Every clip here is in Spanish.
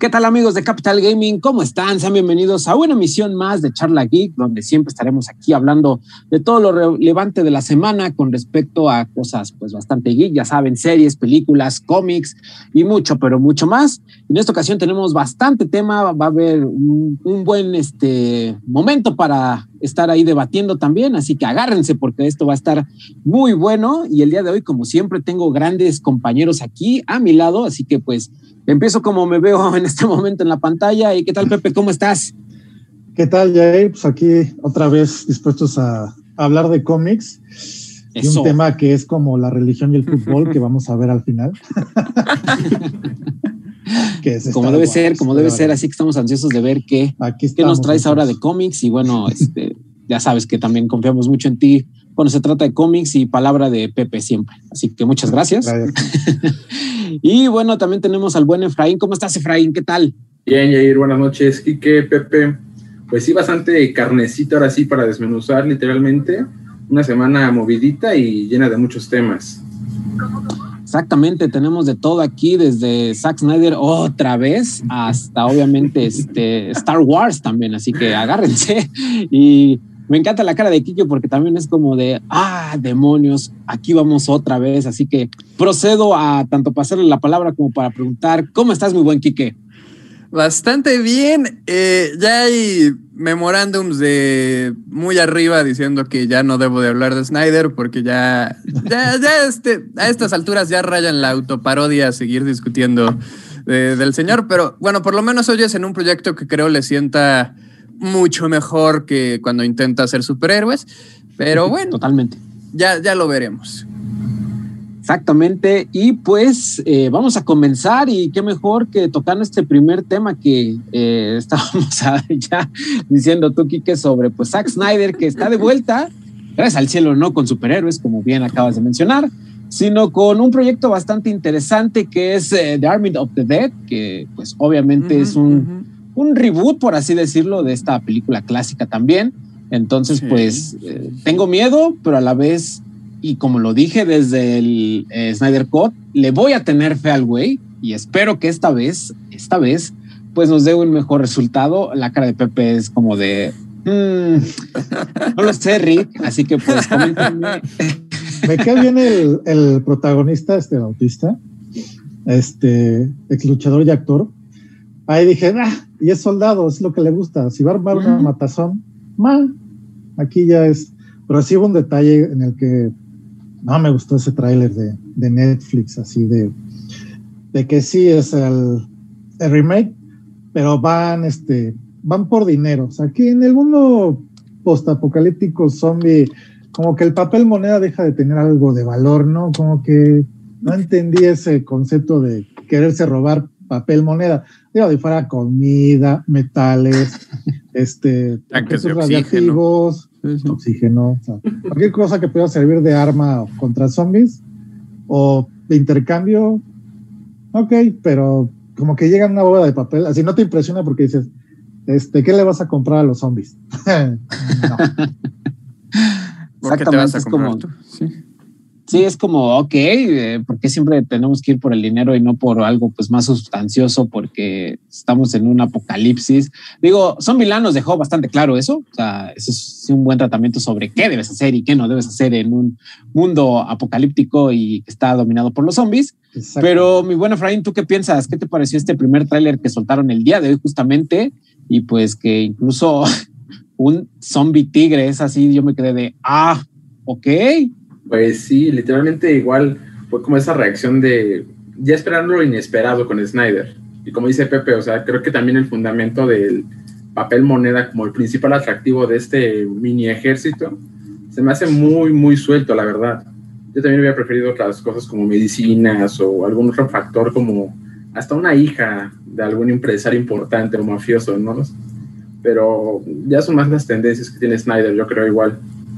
¿Qué tal, amigos de Capital Gaming? ¿Cómo están? Sean bienvenidos a una emisión más de Charla Geek, donde siempre estaremos aquí hablando de todo lo relevante de la semana con respecto a cosas pues bastante geek, ya saben, series, películas, cómics y mucho, pero mucho más. En esta ocasión tenemos bastante tema, va a haber un buen momento para estar ahí debatiendo también, así que agárrense porque esto va a estar muy bueno. Y el día de hoy, como siempre, tengo grandes compañeros aquí a mi lado, así que pues empiezo como me veo en este momento en la pantalla. ¿Y qué tal, Pepe? ¿Cómo estás? ¿Qué tal, Jair? Pues aquí otra vez dispuestos a hablar de cómics. Y un tema que es como la religión y el fútbol que vamos a ver al final. Que es como debe ser, así que estamos ansiosos de ver qué nos traes ahora de cómics. Y bueno, ya sabes que también confiamos mucho en ti cuando se trata de cómics y palabra de Pepe siempre. Así que muchas gracias. Y bueno, también tenemos al buen Efraín. ¿Cómo estás, Efraín? ¿Qué tal? Bien, Jair, buenas noches. Quique, Pepe. Pues sí, bastante carnecita ahora sí para desmenuzar literalmente. Una semana movidita y llena de muchos temas. Exactamente, tenemos de todo aquí, desde Zack Snyder otra vez hasta obviamente Star Wars también, así que agárrense. Y me encanta la cara de Quique porque también es como de, demonios, aquí vamos otra vez, así que procedo a tanto pasarle la palabra como para preguntar, ¿cómo estás, mi buen Quique? Bastante bien, ya hay memorándums de muy arriba diciendo que ya no debo de hablar de Snyder porque ya a estas alturas ya rayan la autoparodia seguir discutiendo del señor, pero bueno, por lo menos hoy es en un proyecto que creo le sienta mucho mejor que cuando intenta hacer superhéroes, pero bueno, totalmente. Ya lo veremos. Exactamente, y pues vamos a comenzar, y qué mejor que tocando este primer tema que estábamos ya diciendo tú, Quique, sobre pues Zack Snyder, que está de vuelta, gracias al cielo, no con superhéroes, como bien acabas de mencionar, sino con un proyecto bastante interesante que es The Army of the Dead, que pues obviamente es un reboot, por así decirlo, de esta película clásica también. Entonces pues tengo miedo, pero a la vez, y como lo dije desde el Snyder Cut, le voy a tener fe al güey y espero que esta vez, pues nos dé un mejor resultado. La cara de Pepe es como de, no lo sé, Rick, así que pues coméntame. Me cae bien el protagonista, Bautista, ex luchador y actor. Ahí dije, y es soldado, es lo que le gusta. Si va a armar una matazón, aquí ya es. Pero sí hubo un detalle en el que no me gustó ese tráiler de Netflix, así de que sí es el remake, pero van por dinero. O sea, aquí en el mundo postapocalíptico zombie, como que el papel moneda deja de tener algo de valor, ¿no? Como que no entendí ese concepto de quererse robar papel moneda. Digo, de fuera comida, metales, tanques de radiactivos, oxígeno, o sea, cualquier cosa que pueda servir de arma contra zombies o de intercambio, ok, pero como que llega una boda de papel, así no te impresiona porque dices, ¿qué le vas a comprar a los zombies? No. ¿Por qué te vas a comprar tú? Sí, es como, ok, porque siempre tenemos que ir por el dinero y no por algo pues más sustancioso, porque estamos en un apocalipsis. Digo, Zombieland nos dejó bastante claro eso, o sea, eso es un buen tratamiento sobre qué debes hacer y qué no debes hacer en un mundo apocalíptico y que está dominado por los zombies. Exacto. Pero mi buen Efraín, ¿tú qué piensas? ¿Qué te pareció este primer tráiler que soltaron el día de hoy justamente? Y pues que incluso un zombie tigre es así, yo me quedé de, ok. Pues sí, literalmente igual fue como esa reacción de ya esperando lo inesperado con Snyder. Y como dice Pepe, o sea, creo que también el fundamento del papel moneda como el principal atractivo de este mini ejército se me hace muy, muy suelto, la verdad. Yo también hubiera preferido otras cosas como medicinas o algún otro factor como hasta una hija de algún empresario importante o mafioso, ¿no? Pero ya son más las tendencias que tiene Snyder, yo creo igual.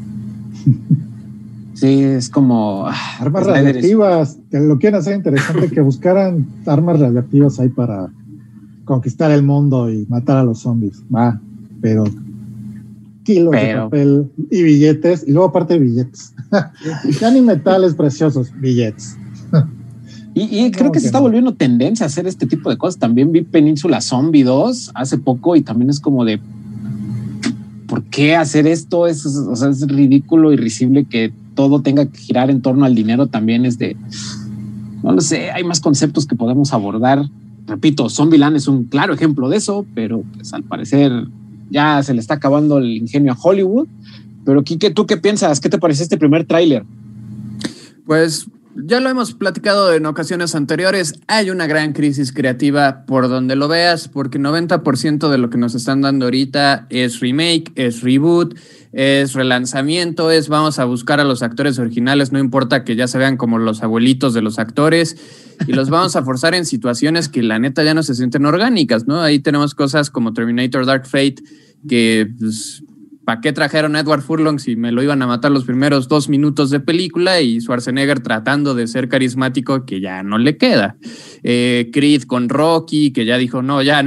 Sí, es como armas radiactivas, que lo quieren hacer interesante, que buscaran armas radiactivas ahí para conquistar el mundo y matar a los zombies. Pero kilos de papel y billetes, y luego aparte billetes. Ya ni metales preciosos, billetes. Y creo que se está volviendo tendencia a hacer este tipo de cosas. También vi Península Zombie 2 hace poco y también es como de ¿por qué hacer esto? O sea, es ridículo y risible que todo tenga que girar en torno al dinero. También es de, no lo sé, hay más conceptos que podemos abordar. Repito, Zombieland es un claro ejemplo de eso, pero pues al parecer ya se le está acabando el ingenio a Hollywood. Pero Quique, ¿tú qué piensas? ¿Qué te pareció este primer tráiler? Pues ya lo hemos platicado en ocasiones anteriores, hay una gran crisis creativa por donde lo veas, porque 90% de lo que nos están dando ahorita es remake, es reboot, es relanzamiento, es vamos a buscar a los actores originales, no importa que ya se vean como los abuelitos de los actores, y los vamos a forzar en situaciones que la neta ya no se sienten orgánicas, ¿no? Ahí tenemos cosas como Terminator Dark Fate, que pues, ¿para qué trajeron a Edward Furlong si me lo iban a matar los primeros 2 minutos de película? Y Schwarzenegger tratando de ser carismático, que ya no le queda. Creed con Rocky, que ya dijo, ya.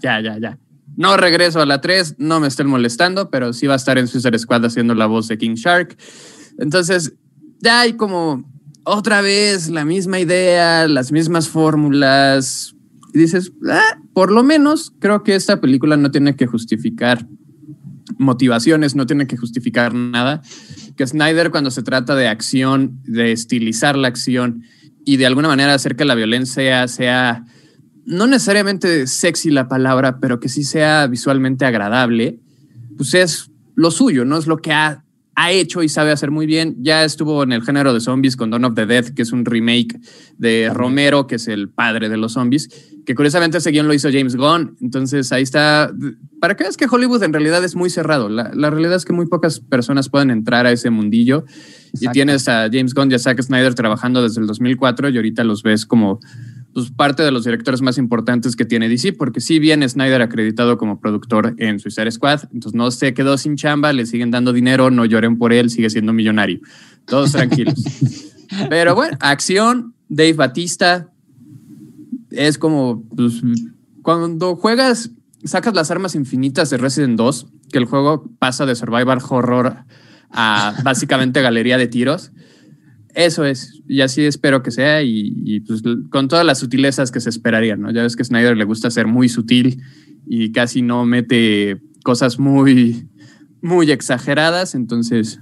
No regreso a la 3, no me estén molestando, pero sí va a estar en Suicide Squad haciendo la voz de King Shark. Entonces, ya hay como otra vez la misma idea, las mismas fórmulas. Y dices, por lo menos creo que esta película no tiene que justificar motivaciones, no tiene que justificar nada. Que Snyder, cuando se trata de acción, de estilizar la acción y de alguna manera hacer que la violencia sea no necesariamente sexy la palabra, pero que sí sea visualmente agradable, pues es lo suyo, ¿no? Es lo que ha hecho y sabe hacer muy bien. Ya estuvo en el género de zombies con Dawn of the Dead, que es un remake de Romero, que es el padre de los zombies, que curiosamente ese guión lo hizo James Gunn. Entonces ahí está. Para que veas que Hollywood en realidad es muy cerrado. La realidad es que muy pocas personas pueden entrar a ese mundillo. Exacto. Y tienes a James Gunn y a Zack Snyder trabajando desde el 2004 y ahorita los ves como pues, parte de los directores más importantes que tiene DC, porque sí viene Snyder acreditado como productor en Suicide Squad, entonces no se quedó sin chamba, le siguen dando dinero, no lloren por él, sigue siendo millonario. Todos tranquilos. Pero bueno, acción, Dave Bautista, es como, pues, cuando juegas, sacas las armas infinitas de Resident 2, que el juego pasa de survival horror a básicamente galería de tiros. Eso es, y así espero que sea, y pues con todas las sutilezas que se esperarían, ¿no? Ya ves que a Snyder le gusta ser muy sutil y casi no mete cosas muy, muy exageradas, entonces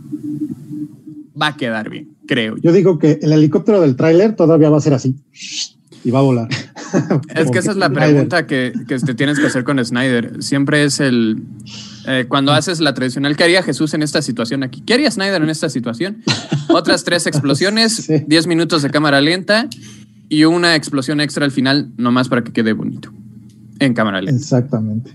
va a quedar bien, creo. Yo digo que el helicóptero del tráiler todavía va a ser así y va a volar. Es que esa es la pregunta que te tienes que hacer con Snyder. Siempre es cuando haces la tradicional, ¿qué haría Jesús en esta situación aquí? ¿Qué haría Snyder en esta situación? Otras 3 explosiones, sí. 10 minutos de cámara lenta y una explosión extra al final, nomás para que quede bonito. En cámara lenta. Exactamente.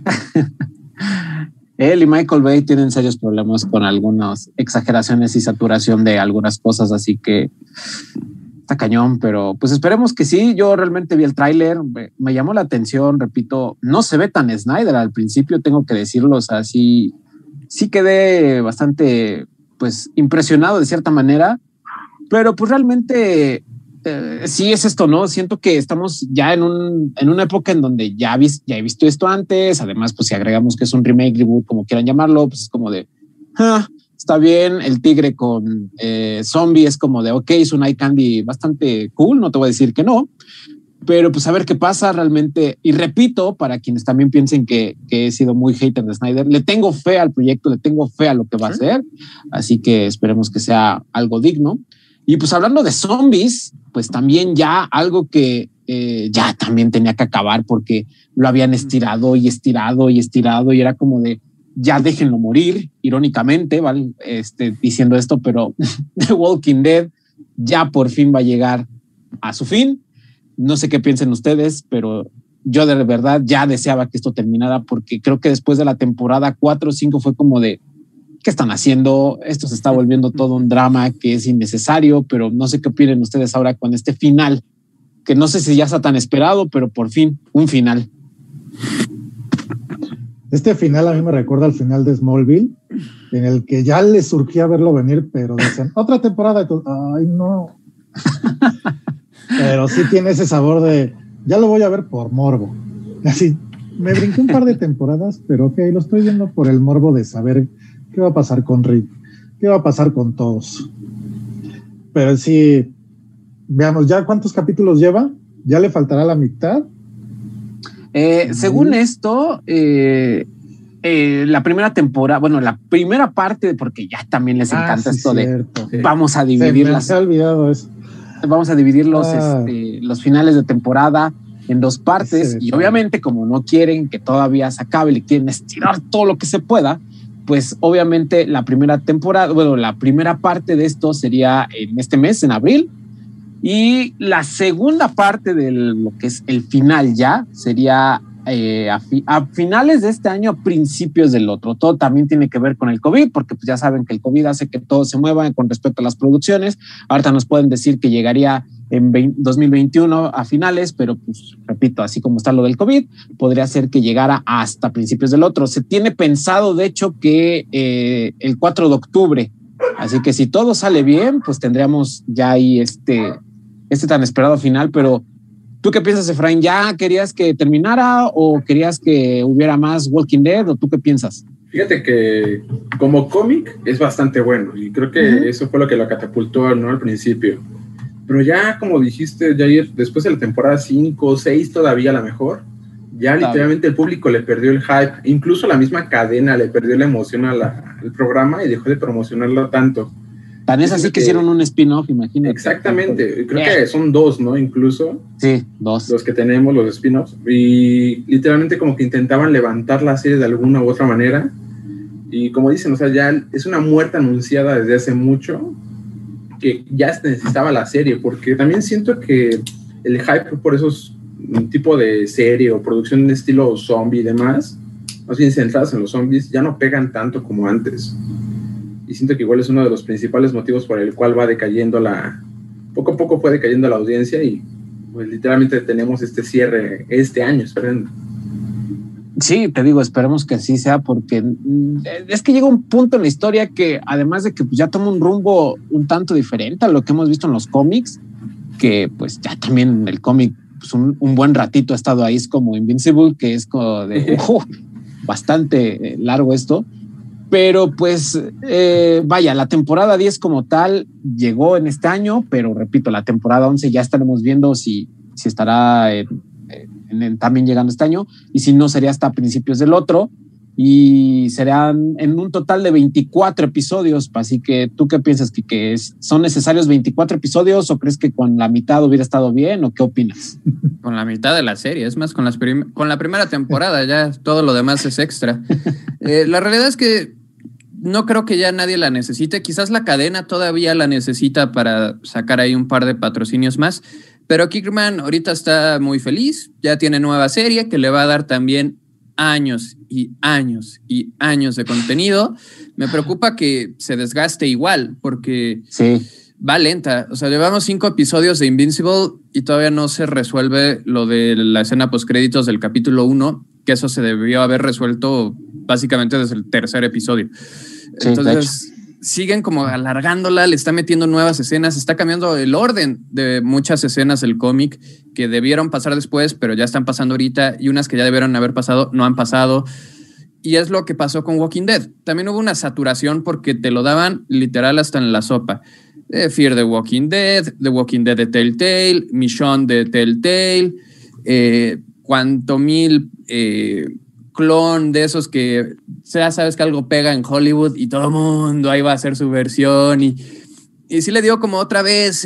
Él y Michael Bay tienen serios problemas con algunas exageraciones y saturación de algunas cosas, así que está cañón, pero pues esperemos que sí. Yo realmente vi el tráiler, me llamó la atención, repito, no se ve tan Snyder al principio, tengo que decirlo, o sea, sí quedé bastante pues impresionado de cierta manera, pero pues realmente sí es esto, ¿no? Siento que estamos ya en una época en donde ya he visto esto antes, además pues si agregamos que es un remake, reboot, como quieran llamarlo, pues es como de está bien. El tigre con zombie es como de ok, es un eye candy bastante cool, no te voy a decir que no, pero pues a ver qué pasa realmente. Y repito, para quienes también piensen que he sido muy hater de Snyder, le tengo fe al proyecto, le tengo fe a lo que va a hacer, así que esperemos que sea algo digno. Y pues hablando de zombies, pues también ya algo que ya también tenía que acabar porque lo habían estirado y estirado y estirado y era como de ya déjenlo morir, irónicamente, ¿vale? Diciendo esto, pero The Walking Dead ya por fin va a llegar a su fin. No sé qué piensen ustedes, pero yo de verdad ya deseaba que esto terminara porque creo que después de la temporada 4 o 5 fue como de ¿qué están haciendo? Esto se está volviendo todo un drama que es innecesario, pero no sé qué opinan ustedes ahora con este final, que no sé si ya está tan esperado, pero por fin un final. Este final a mí me recuerda al final de Smallville, en el que ya les surgía verlo venir, pero decían, otra temporada, ay no. Pero sí tiene ese sabor de, ya lo voy a ver por morbo. Así, me brinqué un par de temporadas, pero ok, lo estoy viendo por el morbo de saber qué va a pasar con Rick, qué va a pasar con todos. Pero sí, veamos, ¿ya cuántos capítulos lleva? ¿Ya le faltará la mitad? Según esto, la primera temporada, bueno, la primera parte, porque ya también les encanta esto cierto. De vamos a dividirlas. Se me ha olvidado eso. Vamos a dividir los finales de temporada en 2 partes y obviamente como no quieren que todavía se acabe, le quieren estirar todo lo que se pueda, pues obviamente la primera temporada, bueno, la primera parte de esto sería en este mes, en abril, y la segunda parte de lo que es el final ya sería a finales de este año, a principios del otro. Todo también tiene que ver con el COVID, porque pues ya saben que el COVID hace que todo se mueva con respecto a las producciones. Ahorita nos pueden decir que llegaría en 2021 a finales, pero pues repito, así como está lo del COVID, podría ser que llegara hasta principios del otro. Se tiene pensado, de hecho, que el 4 de octubre. Así que si todo sale bien, pues tendríamos ya ahí este tan esperado final, pero ¿tú qué piensas, Efraín? ¿Ya querías que terminara o querías que hubiera más Walking Dead o tú qué piensas? Fíjate que como cómic es bastante bueno y creo que eso fue lo que lo catapultó, ¿no? Al principio. Pero ya, como dijiste, Jair, después de la temporada 5 o 6 todavía a lo mejor, ya literalmente el público le perdió el hype. Incluso la misma cadena le perdió la emoción al programa y dejó de promocionarlo tanto. Tan es así que hicieron un spin-off, imagínate. Exactamente, creo que son 2, ¿no? Incluso. Sí, 2. Los que tenemos, los spin-offs. Y literalmente como que intentaban levantar la serie de alguna u otra manera. Y como dicen, o sea, ya es una muerte anunciada desde hace mucho, que ya se necesitaba la serie, porque también siento que el hype por esos tipo de serie o producción de estilo zombie y demás, más bien centradas en los zombies, ya no pegan tanto como antes. Y siento que igual es uno de los principales motivos por el cual va decayendo poco a poco fue decayendo la audiencia y pues literalmente tenemos este cierre este año, esperando. Sí, te digo, esperemos que así sea, porque es que llega un punto en la historia que además de que pues, ya toma un rumbo un tanto diferente a lo que hemos visto en los cómics, que pues ya también el cómic pues, un buen ratito ha estado ahí, es como Invincible, que es como de bastante largo esto. Pero pues vaya, la temporada 10 como tal llegó en este año, pero repito, la temporada 11 ya estaremos viendo si estará también llegando este año, y si no sería hasta principios del otro, y serán en un total de 24 episodios. Así que ¿tú qué piensas, que son necesarios 24 episodios o crees que con la mitad hubiera estado bien o qué opinas? Con la mitad de la serie, es más, con la primera temporada, ya todo lo demás es extra. La realidad es que no creo que ya nadie la necesite. Quizás la cadena todavía la necesita para sacar ahí un par de patrocinios más, pero Kirkman ahorita está muy feliz, ya tiene nueva serie que le va a dar también años y años y años de contenido. Me preocupa que se desgaste igual, porque va lenta. O sea, llevamos 5 episodios de Invincible y todavía no se resuelve lo de la escena postcréditos del capítulo 1, que eso se debió haber resuelto básicamente desde el 3er episodio. Entonces siguen como alargándola, le está metiendo nuevas escenas, está cambiando el orden de muchas escenas del cómic que debieron pasar después, pero ya están pasando ahorita, y unas que ya debieron haber pasado no han pasado. Y es lo que pasó con Walking Dead. También hubo una saturación porque te lo daban literal hasta en la sopa. Fear the Walking Dead de Telltale, Michonne de Telltale, cuanto mil clon de esos que ya sabes que algo pega en Hollywood y todo el mundo ahí va a hacer su versión, y sí le dio como otra vez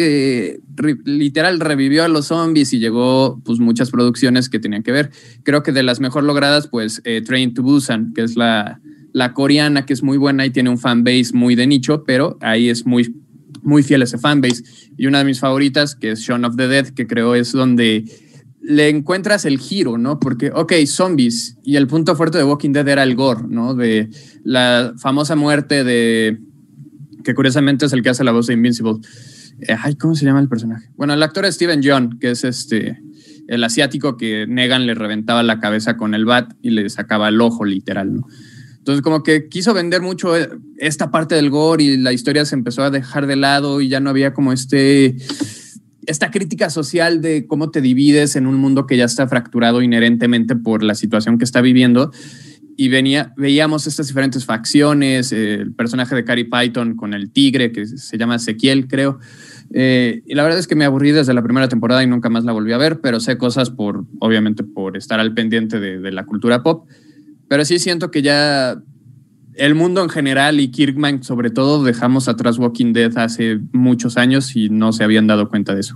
literal revivió a los zombies, y llegó pues muchas producciones que tenían que ver. Creo que de las mejor logradas pues Train to Busan, que es la coreana, que es muy buena y tiene un fanbase muy de nicho, pero ahí es muy, muy fiel a ese fanbase. Y una de mis favoritas, que es Shaun of the Dead, que creo es donde le encuentras el giro, ¿no? Porque, zombies, y el punto fuerte de Walking Dead era el gore, ¿no? De la famosa muerte que curiosamente es el que hace la voz de Invincible. ¿Cómo se llama el personaje? Bueno, el actor es Steven Yeun, que es el asiático que Negan le reventaba la cabeza con el bat y le sacaba el ojo, literal, ¿no? Entonces, como que quiso vender mucho esta parte del gore, y la historia se empezó a dejar de lado, y ya no había como esta crítica social de cómo te divides en un mundo que ya está fracturado inherentemente por la situación que está viviendo. y veíamos estas diferentes facciones, el personaje de Cary Python con el tigre, que se llama Ezequiel, creo. Y la verdad es que me aburrí desde la primera temporada y nunca más la volví a ver, pero sé cosas obviamente por estar al pendiente de la cultura pop. Pero sí siento que ya el mundo en general y Kirkman sobre todo dejamos atrás Walking Dead hace muchos años y no se habían dado cuenta de eso.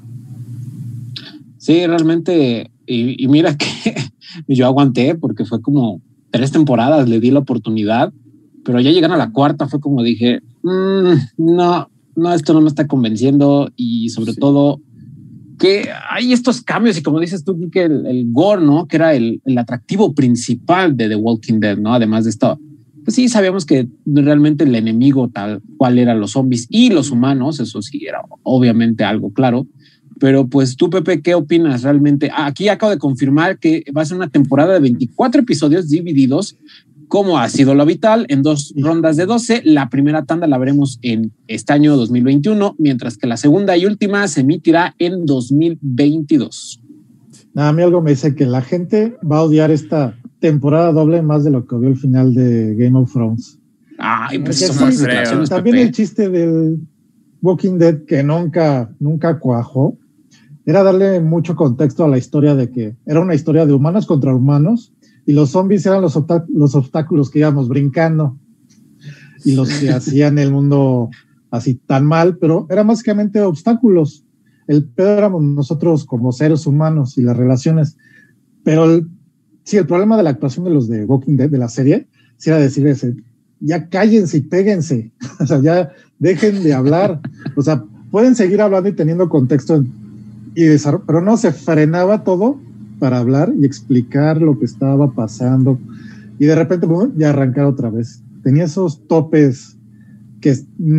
Sí, realmente, y mira que yo aguanté porque fue como 3 temporadas, le di la oportunidad, pero ya llegando a la 4ª fue como dije, no, esto no me está convenciendo, y sobre todo que hay estos cambios y como dices tú, que el gore, ¿no? Que era el atractivo principal de The Walking Dead, ¿no? Además de esto, pues sí, sabíamos que realmente el enemigo tal cual eran los zombies y los humanos, eso sí era obviamente algo claro. Pero pues tú, Pepe, ¿qué opinas realmente? Aquí acabo de confirmar que va a ser una temporada de 24 episodios divididos, como ha sido lo habitual, en 2 rondas de 12. La primera tanda la veremos en este año 2021, mientras que la segunda y última se emitirá en 2022. A mí algo me dice que la gente va a odiar esta temporada doble más de lo que odió el final de Game of Thrones. Ay, pues eso son declaraciones, también Pepe. El chiste del Walking Dead que nunca cuajó era darle mucho contexto a la historia de que era una historia de humanos contra humanos y los zombies eran los obstáculos que íbamos brincando y los que hacían el mundo así tan mal, pero eran básicamente obstáculos. El peor éramos nosotros como seres humanos y las relaciones. Pero el problema de la actuación de los de Walking Dead, de la serie, sí era decirles, ya cállense y péguense, o sea, ya dejen de hablar, o sea, pueden seguir hablando y teniendo contexto pero no, se frenaba todo para hablar y explicar lo que estaba pasando y de repente ya arrancar otra vez. Tenía esos topes que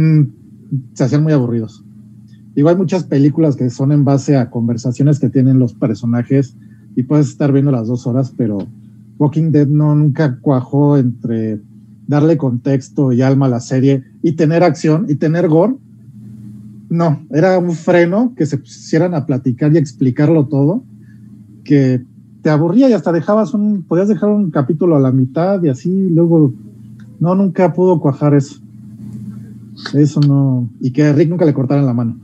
se hacían muy aburridos. Digo, hay muchas películas que son en base a conversaciones que tienen los personajes y puedes estar viendo las 2 horas, pero Walking Dead nunca cuajó entre darle contexto y alma a la serie y tener acción y tener gore. No, era un freno que se pusieran a platicar y explicarlo todo, que te aburría y hasta podías dejar un capítulo a la mitad y así, luego, no, nunca pudo cuajar eso. Eso no, y que a Rick nunca le cortaran la mano.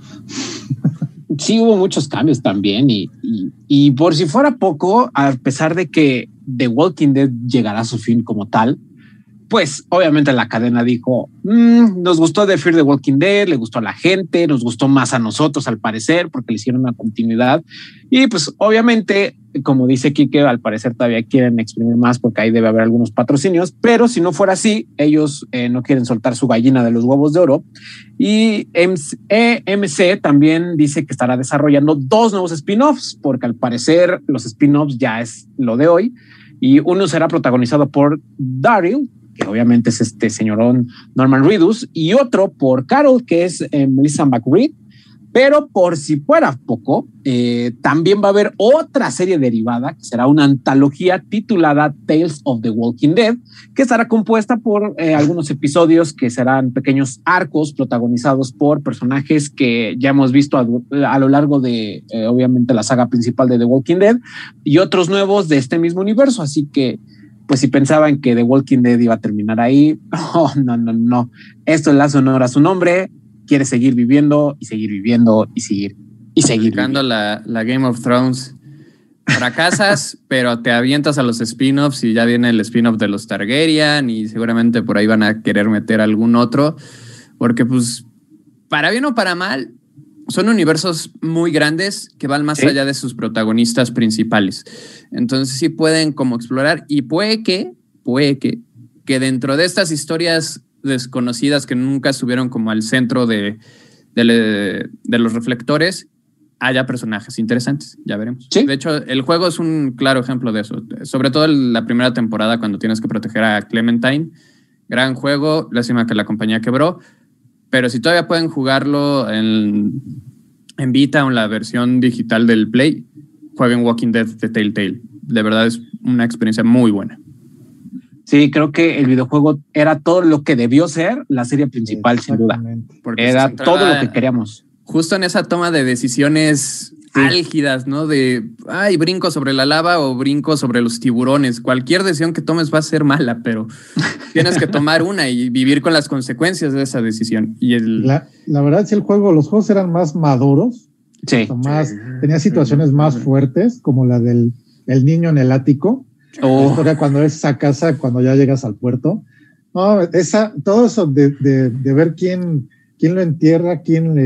Sí, hubo muchos cambios también y por si fuera poco, a pesar de que The Walking Dead llegará a su fin como tal, pues obviamente la cadena dijo, nos gustó The Fear the Walking Dead, le gustó a la gente, nos gustó más a nosotros al parecer, porque le hicieron una continuidad. Y pues obviamente, como dice Quique, al parecer todavía quieren exprimir más porque ahí debe haber algunos patrocinios, pero si no fuera así, ellos no quieren soltar su gallina de los huevos de oro. Y AMC también dice que estará desarrollando 2 nuevos spin-offs, porque al parecer los spin-offs ya es lo de hoy. Y uno será protagonizado por Daryl, que obviamente es este señorón Norman Reedus, y otro por Carol, que es Melissa McReed. Pero por si fuera poco, también va a haber otra serie derivada, que será una antología titulada Tales of the Walking Dead, que estará compuesta por algunos episodios que serán pequeños arcos protagonizados por personajes que ya hemos visto a lo largo de, obviamente, la saga principal de The Walking Dead, y otros nuevos de este mismo universo. Así que, pues si pensaban que The Walking Dead iba a terminar ahí, no. Esto le hace honor a su nombre. Quiere seguir viviendo y seguir viviendo y seguir Aplicando la Game of Thrones. Fracasas, pero te avientas a los spin-offs y ya viene el spin-off de los Targaryen y seguramente por ahí van a querer meter algún otro, porque pues para bien o para mal son universos muy grandes que van más allá de sus protagonistas principales. Entonces sí pueden como explorar y puede que dentro de estas historias desconocidas que nunca estuvieron como al centro de los reflectores haya personajes interesantes, ya veremos. ¿Sí? De hecho, el juego es un claro ejemplo de eso, sobre todo en la primera temporada cuando tienes que proteger a Clementine. Gran juego, lástima que la compañía quebró, pero si todavía pueden jugarlo en Vita o en la versión digital del Play, jueguen Walking Dead de Telltale. De verdad es una experiencia muy buena. Sí, creo que el videojuego era todo lo que debió ser la serie principal, sin duda. Porque era todo lo que queríamos. Justo en esa toma de decisiones álgidas, ¿no? De, brinco sobre la lava o brinco sobre los tiburones. Cualquier decisión que tomes va a ser mala, pero tienes que tomar una y vivir con las consecuencias de esa decisión. Y la verdad, si los juegos eran más maduros, tenía situaciones más fuertes, como la del niño en el ático, la historia cuando es esa casa, cuando ya llegas al puerto. No, todo eso de ver quién lo entierra,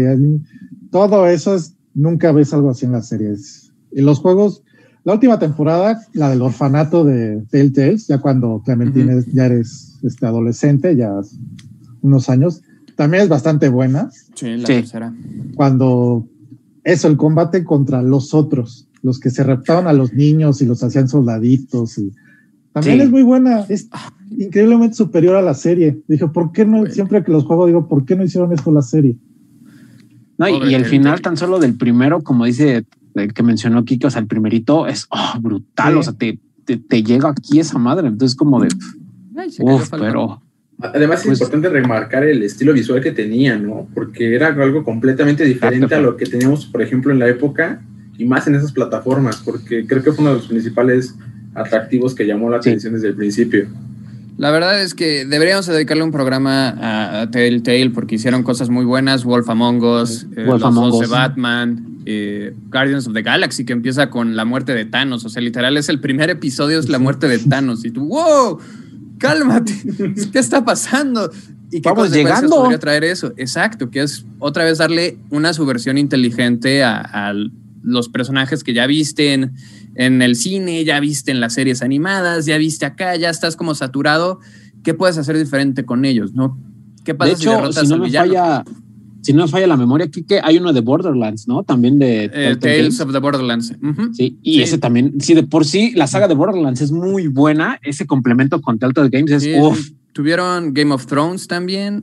todo eso nunca ves algo así en las series. Y los juegos, la última temporada, la del orfanato de Telltales, ya cuando Clementine ya eres adolescente, ya unos años, también es bastante buena. Sí, la tercera. Cuando el combate contra los otros, los que se raptaban a los niños y los hacían soldaditos, y también es muy buena, es increíblemente superior a la serie. Dije, ¿por qué no? Siempre que los juego digo, ¿por qué no hicieron esto la serie? No, y el final tan solo del primero, como dice el que mencionó Kike, o sea, el primerito es brutal, o sea, te llega aquí esa madre, entonces como de pero además es importante remarcar el estilo visual que tenía, ¿no? Porque era algo completamente diferente a lo que teníamos, por ejemplo, en la época y más en esas plataformas, porque creo que fue uno de los principales atractivos que llamó la atención desde el principio. La verdad es que deberíamos dedicarle un programa a Telltale porque hicieron cosas muy buenas. Wolf Among Us, los dos de Batman, Guardians of the Galaxy, que empieza con la muerte de Thanos. O sea, literal es el primer episodio, es la muerte de Thanos. Y tú, ¡wow! ¡Cálmate! ¿Qué está pasando? ¿Y qué consecuencias podría traer eso? Exacto, que es otra vez darle una subversión inteligente a los personajes que ya viste en el cine, ya viste en las series animadas, ya viste acá, ya estás como saturado. ¿Qué puedes hacer diferente con ellos, no? ¿Qué pasa si derrotas al villano? Si no me falla la memoria, Kike, hay uno de Borderlands, ¿no? También de Tales of the Borderlands. Sí, y ese también, sí, de por sí, la saga de Borderlands es muy buena. Ese complemento con Telltale Games es Tuvieron Game of Thrones también,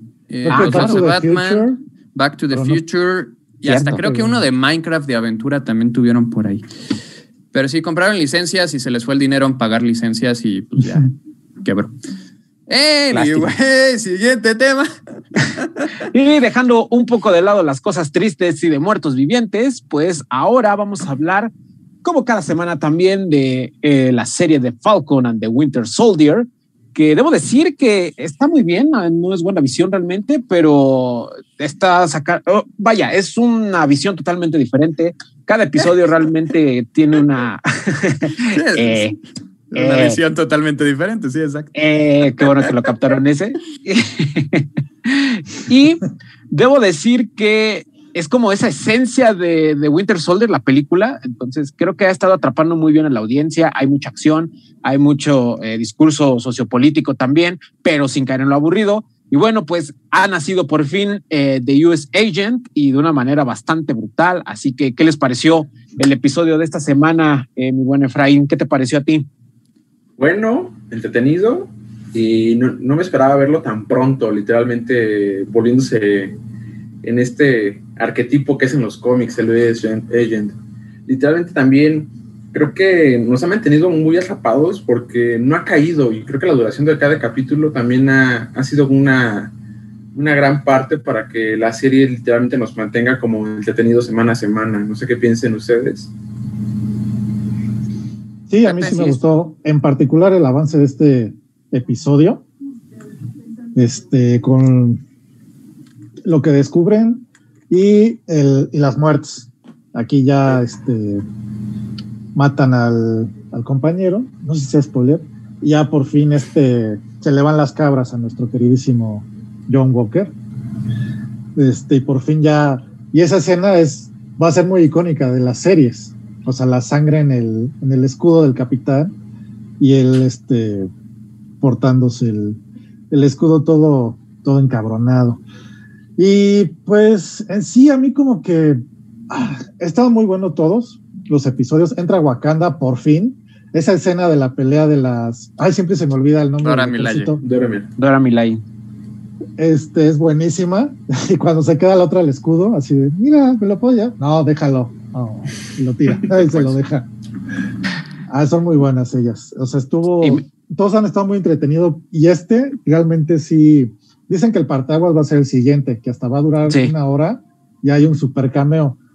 Back to the Future, y hasta creo que uno de Minecraft de aventura también tuvieron por ahí. Pero sí, compraron licencias y se les fue el dinero en pagar licencias y pues ya quebró. Anyway, siguiente tema. Y dejando un poco de lado las cosas tristes y de muertos vivientes, pues ahora vamos a hablar, como cada semana también, de la serie de Falcon and the Winter Soldier, que debo decir que está muy bien, no es buena visión realmente, pero es una visión totalmente diferente. Cada episodio realmente tiene una... una visión totalmente diferente, sí, exacto. Qué bueno que lo captaron ese. Y debo decir que es como esa esencia de Winter Soldier, la película. Entonces creo que ha estado atrapando muy bien a la audiencia. Hay mucha acción, hay mucho discurso sociopolítico también, pero sin caer en lo aburrido. Y bueno, pues ha nacido por fin The US Agent y de una manera bastante brutal. Así que, ¿qué les pareció el episodio de esta semana, mi buen Efraín? ¿Qué te pareció a ti? Bueno, entretenido, y no me esperaba verlo tan pronto, literalmente volviéndose en este arquetipo que es en los cómics, el US Agent. Literalmente también creo que nos ha mantenido muy atrapados porque no ha caído, y creo que la duración de cada capítulo también ha sido una gran parte para que la serie literalmente nos mantenga como entretenidos semana a semana. No sé qué piensen ustedes. Sí, a mí sí me gustó en particular el avance de este episodio, con lo que descubren y las muertes. Aquí ya matan al compañero, no sé si sea spoiler, y ya por fin se le van las cabras a nuestro queridísimo John Walker. Y por fin y esa escena va a ser muy icónica de las series. O sea, la sangre en el escudo del capitán y él portándose el escudo todo encabronado. Y pues en sí a mí como que estaban muy buenos todos los episodios. Entra Wakanda por fin. Esa escena de la pelea de las... siempre se me olvida el nombre. Dora Milaje. Es buenísima. Y cuando se queda la otra al escudo, así de, mira, me lo puedo ya. No, déjalo. No, y lo tira. Ahí se lo deja. Son muy buenas ellas. O sea, todos han estado muy entretenidos. Y realmente sí. Dicen que el parteaguas va a ser el siguiente, que hasta va a durar 1 hora y hay un super cameo.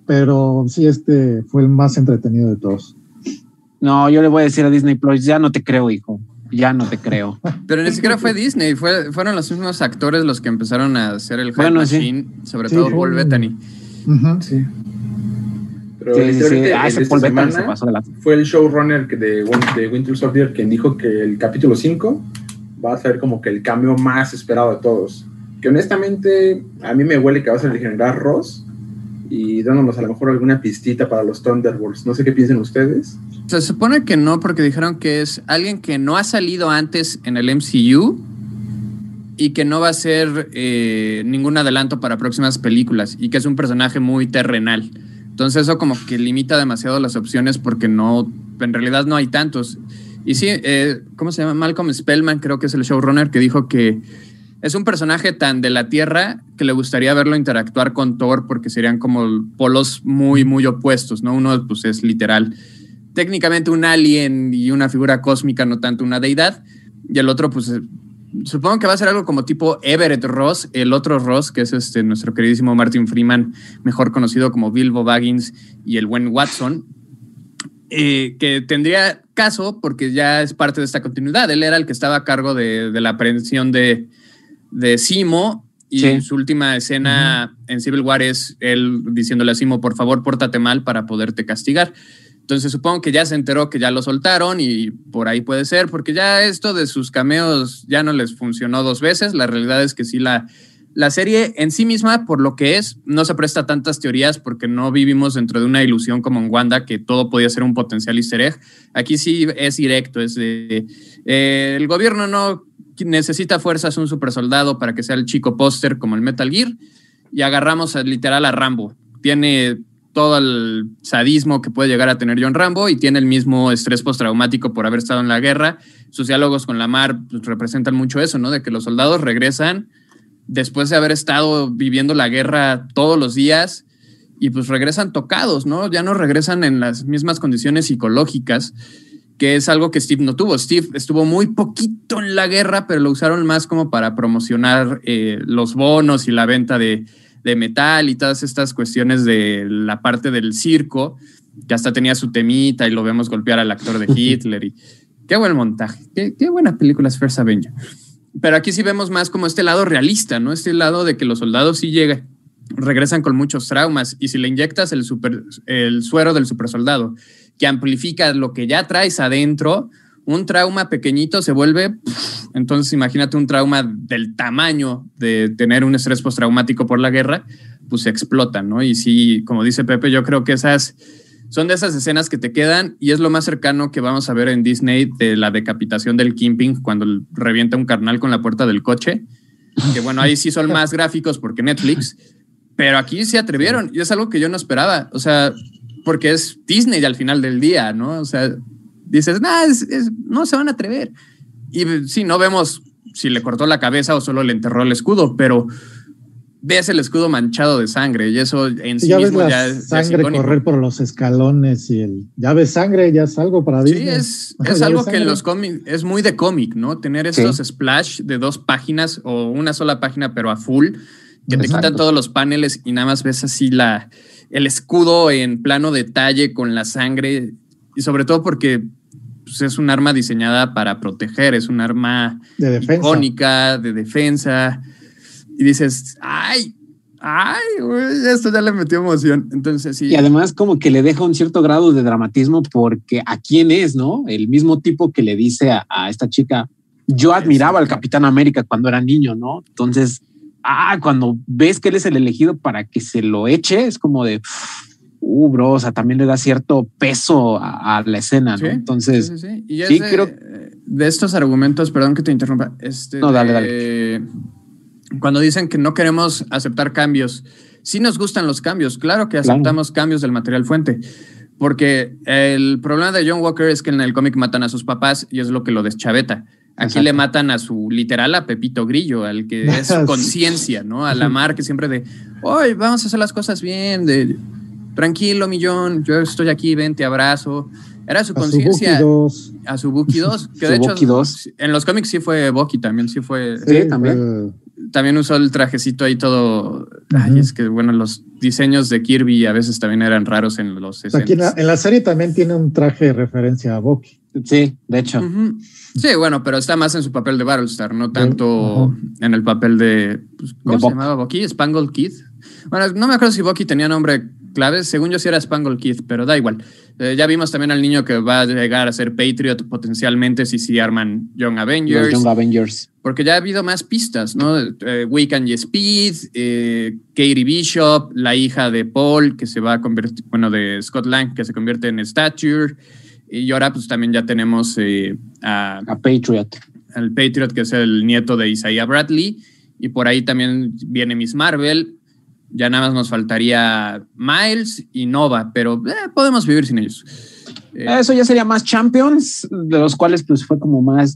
pero sí, este fue el más entretenido de todos. No, yo le voy a decir a Disney Plus, ya no te creo, hijo. Ya no te creo. Pero ni siquiera fue Disney, fueron los mismos actores los que empezaron a hacer el Hype Machine, sobre todo Paul Bettany. Sí. Pero ese Paul Bettany se pasó de la... Fue el showrunner de Winter Soldier quien dijo que el capítulo 5 va a ser como que el cambio más esperado de todos. Que honestamente a mí me huele que va a ser el general Ross y dándonos a lo mejor alguna pistita para los Thunderbolts. No sé qué piensen ustedes. Se supone que no, porque dijeron que es alguien que no ha salido antes en el MCU y que no va a ser ningún adelanto para próximas películas y que es un personaje muy terrenal. Entonces eso como que limita demasiado las opciones porque en realidad no hay tantos. Y sí, ¿cómo se llama? Malcolm Spellman, creo que es el showrunner, que dijo que es un personaje tan de la Tierra que le gustaría verlo interactuar con Thor porque serían como polos muy, muy opuestos, ¿no? Uno pues es literal, técnicamente un alien y una figura cósmica, no tanto una deidad, y el otro pues supongo que va a ser algo como tipo Everett Ross, el otro Ross, que es nuestro queridísimo Martin Freeman, mejor conocido como Bilbo Baggins y el buen Watson, que tendría caso porque ya es parte de esta continuidad. Él era el que estaba a cargo de la aprehensión de Simo y su última escena en Civil War es él diciéndole a Simo, por favor, pórtate mal para poderte castigar. Entonces supongo que ya se enteró que ya lo soltaron y por ahí puede ser, porque ya esto de sus cameos ya no les funcionó 2 veces. La realidad es que sí, la serie en sí misma, por lo que es, no se presta a tantas teorías porque no vivimos dentro de una ilusión como en Wanda, que todo podía ser un potencial easter egg. Aquí sí es directo, es de el gobierno no necesita fuerzas un supersoldado para que sea el chico póster como el Metal Gear y agarramos literal a Rambo. Tiene todo el sadismo que puede llegar a tener John Rambo y tiene el mismo estrés postraumático por haber estado en la guerra. Sus diálogos con Lamar pues, representan mucho eso, ¿no? De que los soldados regresan después de haber estado viviendo la guerra todos los días y pues regresan tocados, ¿no? Ya no regresan en las mismas condiciones psicológicas, que es algo que Steve no tuvo. Steve estuvo muy poquito en la guerra, pero lo usaron más como para promocionar los bonos y la venta de metal y todas estas cuestiones de la parte del circo, que hasta tenía su temita y lo vemos golpear al actor de Hitler. Y qué buen montaje, qué buena película es First Avenger. Pero aquí sí vemos más como este lado realista, ¿no? Este lado de que los soldados sí llegan, regresan con muchos traumas y si le inyectas el suero del supersoldado que amplifica lo que ya traes adentro, un trauma pequeñito se vuelve, entonces imagínate un trauma del tamaño de tener un estrés postraumático por la guerra, pues explota, ¿no? Y sí, como dice Pepe, yo creo que esas son de esas escenas que te quedan y es lo más cercano que vamos a ver en Disney de la decapitación del Kingpin cuando revienta un carnal con la puerta del coche, que bueno, ahí sí son más gráficos porque Netflix, pero aquí se atrevieron y es algo que yo no esperaba, o sea, porque es Disney al final del día, ¿no? O sea, dices, no se van a atrever. Y sí, no vemos si le cortó la cabeza o solo le enterró el escudo, pero ves el escudo manchado de sangre y eso en sí mismo ya es sangre correr por los escalones y ya ves sangre, ya es algo para Disney. Sí, es algo que en los cómics es muy de cómic, ¿no? Tener estos splash de 2 páginas o una sola página pero a full, que te quitan todos los paneles y nada más ves así el escudo en plano detalle con la sangre y sobre todo porque pues, es un arma diseñada para proteger, es un arma icónica, de defensa. Y dices, ay, esto ya le metió emoción. Entonces sí. Y además como que le deja un cierto grado de dramatismo porque ¿a quién es, no? El mismo tipo que le dice a esta chica, yo admiraba al Capitán América cuando era niño, ¿no? Entonces, cuando ves que él es el elegido para que se lo eche, es como de, bro, o sea, también le da cierto peso a la escena, ¿no? Entonces, sí. Y sí, creo de estos argumentos, perdón que te interrumpa. No, dale. Cuando dicen que no queremos aceptar cambios, sí nos gustan los cambios, claro que aceptamos cambios del material fuente, porque el problema de John Walker es que en el cómic matan a sus papás y es lo que lo deschaveta. Aquí le matan a a Pepito Grillo, al que es su conciencia, ¿no? A Lamar, que siempre hoy vamos a hacer las cosas bien, tranquilo, millón, yo estoy aquí, ven, te abrazo. Era su conciencia. A su Bucky 2. Que de hecho, en los cómics sí fue Bucky, también sí, también. También usó el trajecito ahí todo. Ay, es que bueno, los diseños de Kirby a veces también eran raros en los 60. Aquí en la serie también tiene un traje de referencia a Bucky. Sí, de hecho. Uh-huh. Sí, bueno, pero está más en su papel de Battlestar, no tanto en el papel de... Pues, ¿cómo se llamaba Bucky? ¿Spangled Kid? Bueno, no me acuerdo si Bucky tenía nombre clave. Según yo sí era Spangled Kid, pero da igual. Ya vimos también al niño que va a llegar a ser Patriot potencialmente si arman Young Avengers. Los Young Avengers. Porque ya ha habido más pistas, ¿no? Wiccan y Speed, Katie Bishop, la hija de Paul, que se va a convertir... Bueno, de Scott Lang, que se convierte en Stature... Y ahora pues también ya tenemos a Patriot. Al Patriot, que es el nieto de Isaiah Bradley. Y por ahí también viene Miss Marvel. Ya nada más nos faltaría Miles y Nova, pero podemos vivir sin ellos. Eso ya sería más Champions, de los cuales pues fue como más...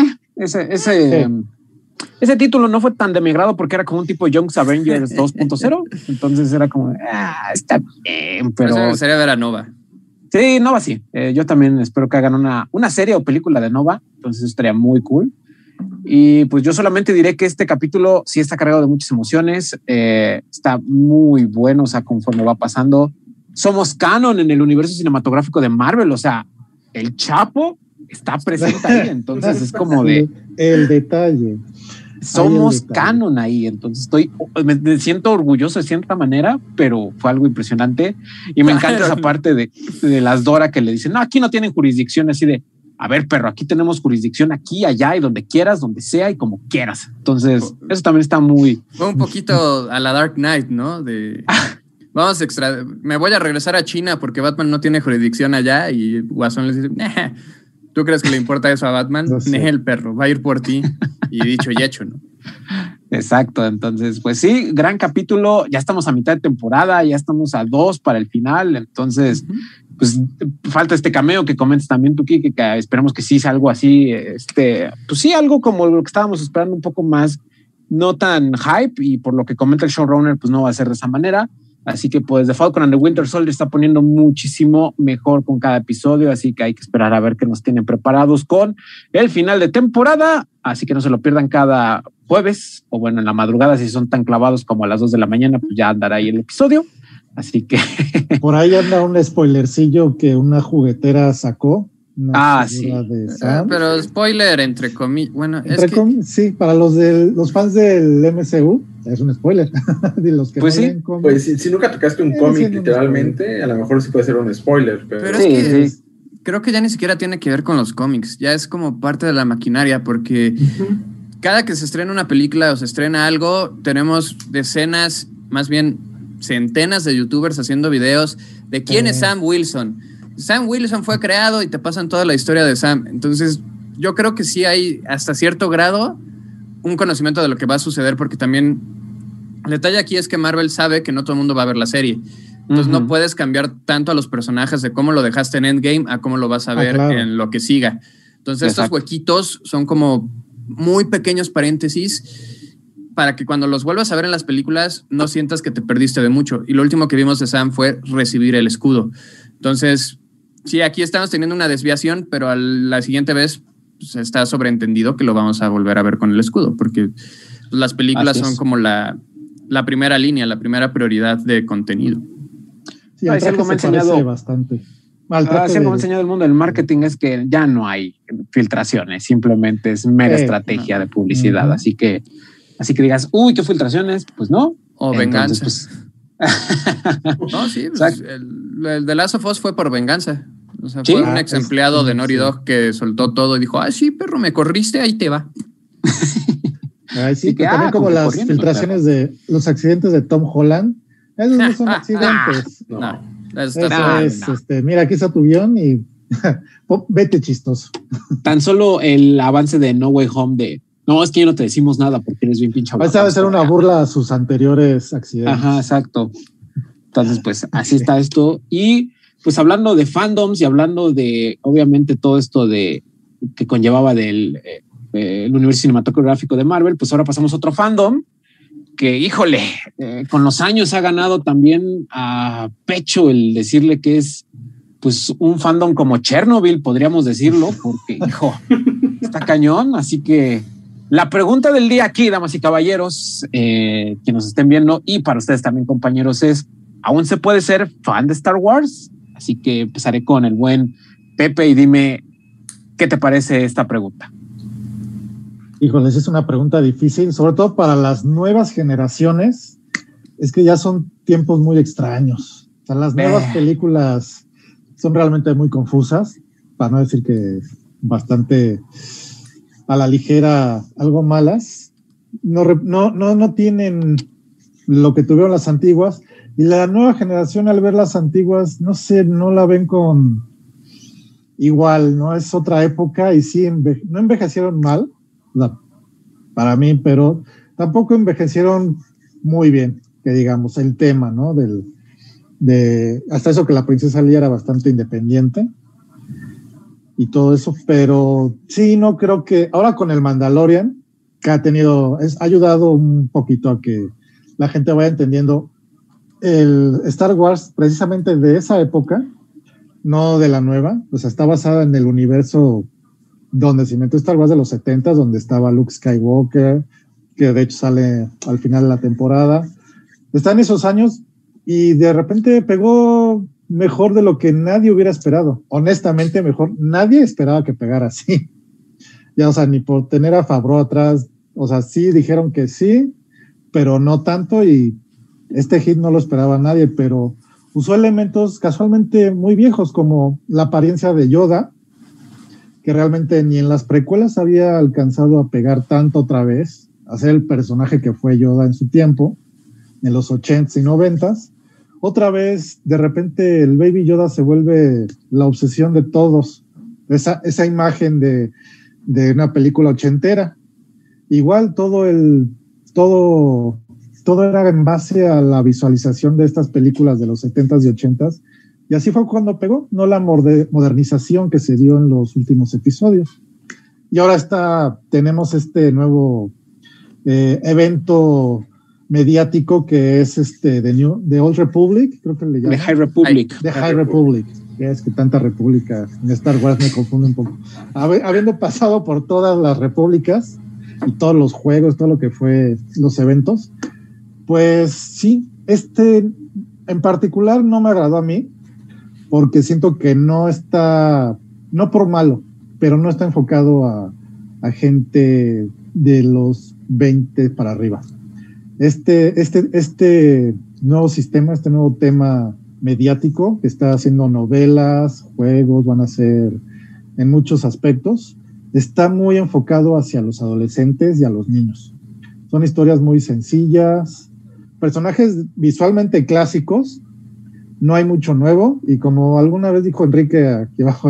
Ese título no fue tan de mi grado porque era como un tipo Young Avengers 2.0. Entonces era como, está bien, pero... Eso sería ver a Nova. Sí, Nova sí. Yo también espero que hagan una serie o película de Nova, entonces estaría muy cool. Y pues yo solamente diré que este capítulo sí está cargado de muchas emociones, está muy bueno, o sea, conforme va pasando. Somos canon en el universo cinematográfico de Marvel, o sea, el Chapo está presente ahí, entonces es como de... El detalle. Somos canon ahí, entonces me siento orgulloso de cierta manera, pero fue algo impresionante y me encanta esa parte de las Dora que le dicen, no, aquí no tienen jurisdicción, así de, a ver, perro, aquí tenemos jurisdicción aquí, allá y donde quieras, donde sea y como quieras. Entonces, eso también está muy... Fue un poquito a la Dark Knight, ¿no? De... me voy a regresar a China porque Batman no tiene jurisdicción allá y Guasón les dice, ¿tú crees que le importa eso a Batman? No sé. El perro, va a ir por ti. Y dicho y hecho, ¿no? Exacto, entonces, pues sí, gran capítulo, ya estamos a mitad de temporada, ya estamos a 2 para el final, entonces, pues falta este cameo que comentas también tú, Kike, que esperemos que sí sea algo así, pues sí, algo como lo que estábamos esperando, un poco más, no tan hype, y por lo que comenta el showrunner, pues no va a ser de esa manera. Así que pues The Falcon and the Winter Soldier está poniendo muchísimo mejor con cada episodio, así que hay que esperar a ver qué nos tienen preparados con el final de temporada, así que no se lo pierdan cada jueves, o bueno, en la madrugada, si son tan clavados como a las 2 de la mañana, pues ya andará ahí el episodio, así que... Por ahí anda un spoilercillo que una juguetera sacó. Sí. Pero spoiler entre comillas. Bueno, sí, para los fans del MCU es un spoiler. De los que pues no sí, pues si nunca tocaste un cómic literalmente, a lo mejor sí puede ser un spoiler. Pero sí, es que creo que ya ni siquiera tiene que ver con los cómics, ya es como parte de la maquinaria, porque cada que se estrena una película o se estrena algo, tenemos decenas, más bien centenas de youtubers haciendo videos de quién es Sam Wilson. Sam Wilson fue creado y te pasan toda la historia de Sam. Entonces, yo creo que sí hay hasta cierto grado un conocimiento de lo que va a suceder, porque también el detalle aquí es que Marvel sabe que no todo el mundo va a ver la serie. Entonces, no puedes cambiar tanto a los personajes de cómo lo dejaste en Endgame a cómo lo vas a ver en lo que siga. Entonces, estos huequitos son como muy pequeños paréntesis para que cuando los vuelvas a ver en las películas no sientas que te perdiste de mucho. Y lo último que vimos de Sam fue recibir el escudo. Entonces, sí, aquí estamos teniendo una desviación, pero a la siguiente vez pues, está sobreentendido que lo vamos a volver a ver con el escudo, porque pues, las películas son como la primera línea, la primera prioridad de contenido. Sí, así algo me ha enseñado bastante. Así algo me ha enseñado el mundo del marketing es que ya no hay filtraciones, simplemente es mera estrategia de publicidad. Así que digas, uy, qué filtraciones, pues no. O venganza. Pues, no, sí, pues el de Last of Us fue por venganza. O sea, fue un ex empleado de Naughty Dog que soltó todo y dijo, sí, perro, me corriste, ahí te va. Sí, que también como las filtraciones de los accidentes de Tom Holland. Esos no son accidentes. Mira, aquí está tu guión y vete chistoso. Tan solo el avance de No Way Home de no, es que ya no te decimos nada porque eres bien pinche. Esa debe ser una burla a sus anteriores accidentes. Ajá, exacto. Entonces, pues así está esto. Y pues hablando de fandoms y hablando de, obviamente, todo esto de que conllevaba del el universo cinematográfico de Marvel, pues ahora pasamos a otro fandom que, híjole, con los años ha ganado también a pecho el decirle que es pues un fandom como Chernobyl, podríamos decirlo, porque, hijo, está cañón. Así que la pregunta del día aquí, damas y caballeros, que nos estén viendo, y para ustedes también, compañeros, es aún se puede ser fan de Star Wars. Así que empezaré con el buen Pepe y dime, ¿qué te parece esta pregunta? Híjoles, es una pregunta difícil, sobre todo para las nuevas generaciones. Es que ya son tiempos muy extraños. O sea, las nuevas películas son realmente muy confusas, para no decir que bastante a la ligera, algo malas. No tienen lo que tuvieron las antiguas. Y la nueva generación, al ver las antiguas, no sé, no la ven con igual, ¿no? Es otra época y sí, no envejecieron mal, para mí, pero tampoco envejecieron muy bien, que digamos, el tema, ¿no? Hasta eso que la princesa Leia era bastante independiente y todo eso, pero sí, no creo que, ahora con el Mandalorian, que ha ayudado un poquito a que la gente vaya entendiendo el Star Wars precisamente de esa época, no de la nueva, o sea, está basada en el universo donde se inventó Star Wars de los 70s, donde estaba Luke Skywalker, que de hecho sale al final de la temporada. Está en esos años y de repente pegó mejor de lo que nadie hubiera esperado. Honestamente, mejor. Nadie esperaba que pegara así. Ya, o sea, ni por tener a Favreau atrás, o sea, sí dijeron que sí, pero no tanto, y este hit no lo esperaba nadie, pero usó elementos casualmente muy viejos, como la apariencia de Yoda, que realmente ni en las precuelas había alcanzado a pegar tanto otra vez, a ser el personaje que fue Yoda en su tiempo, en los 80s y 90s. Otra vez, de repente, el Baby Yoda se vuelve la obsesión de todos, esa imagen de una película ochentera. Igual todo era en base a la visualización de estas películas de los 70s y 80s, y así fue cuando pegó, no la modernización que se dio en los últimos episodios. Y ahora tenemos este nuevo evento mediático que es The Old Republic, creo que le llaman. The High Republic. The High Republic, que es que tanta república en Star Wars me confunde un poco. Habiendo pasado por todas las repúblicas y todos los juegos, todo lo que fue los eventos, pues sí, en particular no me agradó a mí, porque siento que no por malo, pero no está enfocado a gente de los 20 para arriba. Este nuevo sistema, este nuevo tema mediático que está haciendo novelas, juegos, van a ser en muchos aspectos, está muy enfocado hacia los adolescentes y a los niños. Son historias muy sencillas, personajes visualmente clásicos, no hay mucho nuevo, y como alguna vez dijo Enrique aquí abajo,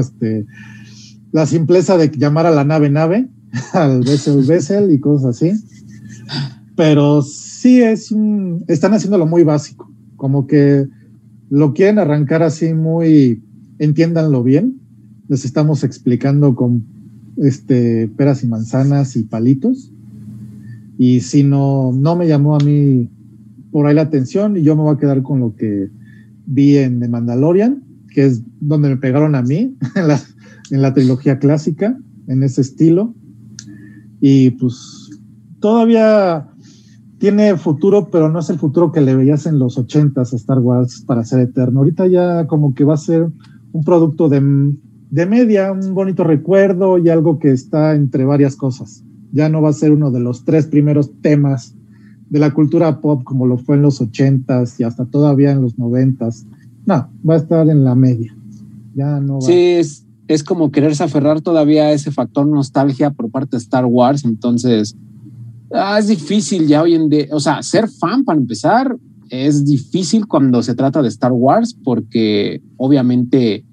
la simpleza de llamar a la nave, al vessel y cosas así, pero sí están haciéndolo muy básico, como que lo quieren arrancar así muy, entiéndanlo bien, les estamos explicando con peras y manzanas y palitos, y si no me llamó a mí por ahí la atención, y yo me voy a quedar con lo que vi en The Mandalorian, que es donde me pegaron a mí en la trilogía clásica, en ese estilo, y pues todavía tiene futuro, pero no es el futuro que le veías en los 80s a Star Wars para ser eterno. Ahorita ya como que va a ser un producto de media, un bonito recuerdo y algo que está entre varias cosas. Ya no va a ser uno de los 3 primeros temas de la cultura pop como lo fue en los 80s y hasta todavía en los 90s. No, va a estar en la media. Ya no va. Sí, es como quererse aferrar todavía a ese factor nostalgia por parte de Star Wars. Entonces, es difícil ya hoy en día. O sea, ser fan, para empezar, es difícil cuando se trata de Star Wars, porque obviamente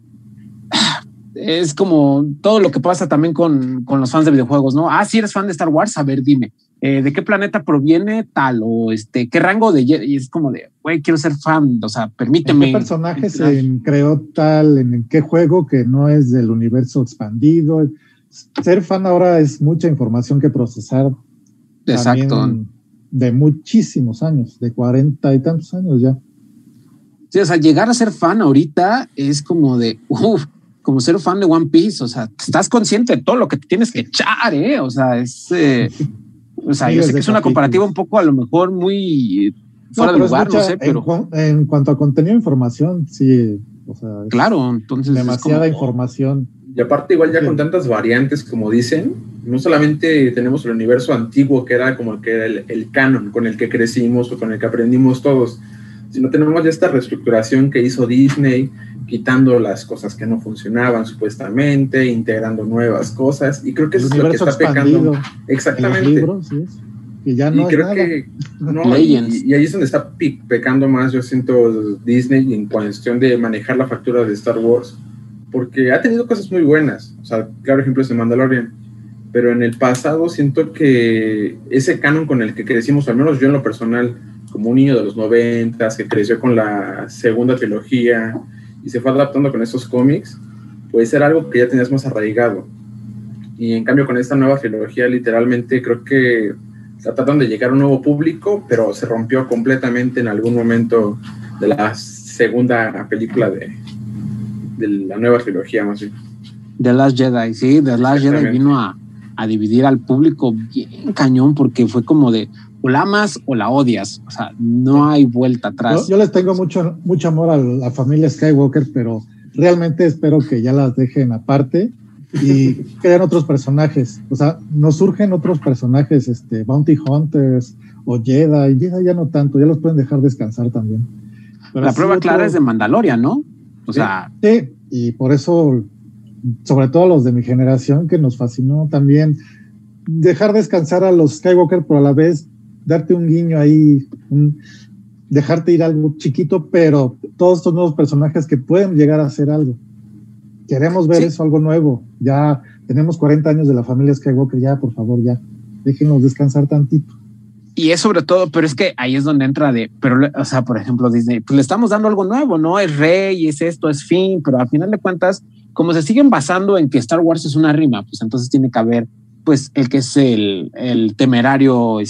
es como todo lo que pasa también con los fans de videojuegos, ¿no? Si eres fan de Star Wars, a ver, dime, ¿de qué planeta proviene tal? O qué rango de... Y es como de, güey, quiero ser fan, o sea, permíteme. ¿En qué personaje se creó tal? ¿En qué juego que no es del universo expandido? Ser fan ahora es mucha información que procesar. Exacto. De muchísimos años, de 40 y tantos años ya. Sí, o sea, llegar a ser fan ahorita es como de... como ser fan de One Piece, o sea, estás consciente de todo lo que te tienes que echar, o sea, o sea, yo sé que es una comparativa un poco a lo mejor muy fuera de lugar, no sé, pero... En cuanto a contenido de información, sí, o sea... Claro, entonces... Demasiada información. Y aparte, igual ya con tantas variantes, como dicen, no solamente tenemos el universo antiguo, que era como que era el canon con el que crecimos o con el que aprendimos todos, sino tenemos ya esta reestructuración que hizo Disney, quitando las cosas que no funcionaban supuestamente, integrando nuevas cosas, y creo que eso es lo que está pecando. Exactamente. En los libros, sí es. Y ya no y creo nada. Que no, y ahí es donde está pecando más, yo siento, Disney en cuestión de manejar la factura de Star Wars, porque ha tenido cosas muy buenas. O sea, claro ejemplo es The Mandalorian, pero en el pasado siento que ese canon con el que crecimos, al menos yo en lo personal, como un niño de los 90s que creció con la segunda trilogía y se fue adaptando con esos cómics, pues era algo que ya tenías más arraigado. Y en cambio con esta nueva trilogía literalmente creo que trataron de llegar a un nuevo público, pero se rompió completamente en algún momento de la segunda película de la nueva trilogía, más bien. The Last Jedi, sí, The Last Jedi vino a dividir al público bien cañón, porque fue como de o la amas o la odias, o sea, no hay vuelta atrás. Yo les tengo mucho amor a la familia Skywalker, pero realmente espero que ya las dejen aparte y crean otros personajes. O sea, nos surgen otros personajes, Bounty Hunters o Jedi ya no tanto, ya los pueden dejar descansar también. Pero la prueba clara es de Mandalorian, ¿no? O sea... Sí, y por eso, sobre todo a los de mi generación, que nos fascinó también dejar descansar a los Skywalker, pero a la vez darte un guiño ahí, dejarte ir algo chiquito, pero todos estos nuevos personajes que pueden llegar a hacer algo. Queremos ver eso, algo nuevo. Ya tenemos 40 años de la familia Skywalker, ya, por favor, ya. Déjenos descansar tantito. Y es sobre todo, pero es que ahí es donde entra o sea, por ejemplo, Disney, pues le estamos dando algo nuevo, ¿no? Es Rey, es esto, es Finn, pero al final de cuentas, como se siguen basando en que Star Wars es una rima, pues entonces tiene que haber, pues, el que es el temerario,